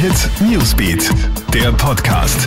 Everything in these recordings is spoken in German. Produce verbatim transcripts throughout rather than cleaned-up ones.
Hit Newsbeat, der Podcast.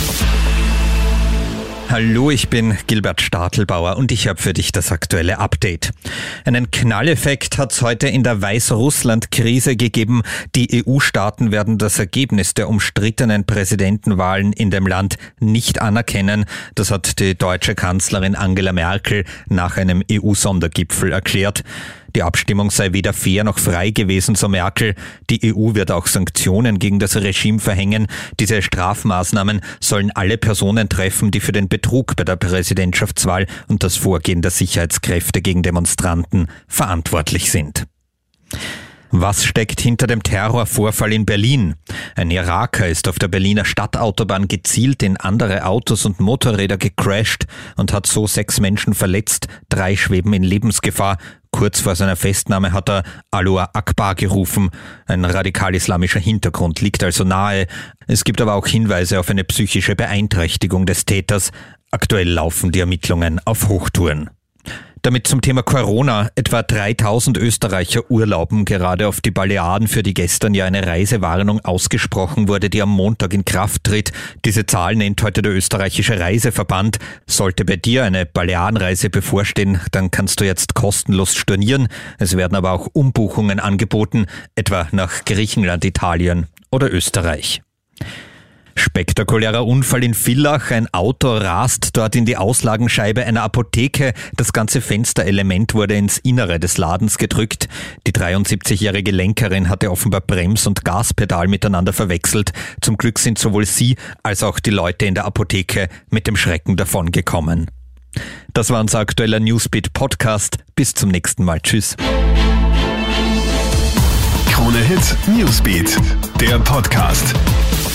Hallo, ich bin Gilbert Stadelbauer und ich habe für dich das aktuelle Update. Einen Knalleffekt hat es heute in der Weißrussland-Krise gegeben. Die E U-Staaten werden das Ergebnis der umstrittenen Präsidentenwahlen in dem Land nicht anerkennen. Das hat die deutsche Kanzlerin Angela Merkel nach einem E U-Sondergipfel erklärt. Die Abstimmung sei weder fair noch frei gewesen, so Merkel. Die E U wird auch Sanktionen gegen das Regime verhängen. Diese Strafmaßnahmen sollen alle Personen treffen, die für den Betrug bei der Präsidentschaftswahl und das Vorgehen der Sicherheitskräfte gegen Demonstranten verantwortlich sind. Was steckt hinter dem Terrorvorfall in Berlin? Ein Iraker ist auf der Berliner Stadtautobahn gezielt in andere Autos und Motorräder gecrasht und hat so sechs Menschen verletzt. Drei schweben in Lebensgefahr. Kurz vor seiner Festnahme hat er Allahu Akbar gerufen. Ein radikal-islamischer Hintergrund liegt also nahe. Es gibt aber auch Hinweise auf eine psychische Beeinträchtigung des Täters. Aktuell laufen die Ermittlungen auf Hochtouren. Damit zum Thema Corona. Etwa dreitausend Österreicher urlauben gerade auf die Balearen, für die gestern ja eine Reisewarnung ausgesprochen wurde, die am Montag in Kraft tritt. Diese Zahl nennt heute der österreichische Reiseverband. Sollte bei dir eine Balearenreise bevorstehen, dann kannst du jetzt kostenlos stornieren. Es werden aber auch Umbuchungen angeboten, etwa nach Griechenland, Italien oder Österreich. Spektakulärer Unfall in Villach. Ein Auto rast dort in die Auslagenscheibe einer Apotheke. Das ganze Fensterelement wurde ins Innere des Ladens gedrückt. Die dreiundsiebzigjährige Lenkerin hatte offenbar Brems- und Gaspedal miteinander verwechselt. Zum Glück sind sowohl sie als auch die Leute in der Apotheke mit dem Schrecken davongekommen. Das war unser aktueller Newsbeat-Podcast. Bis zum nächsten Mal. Tschüss. Krone Hit Newsbeat, der Podcast.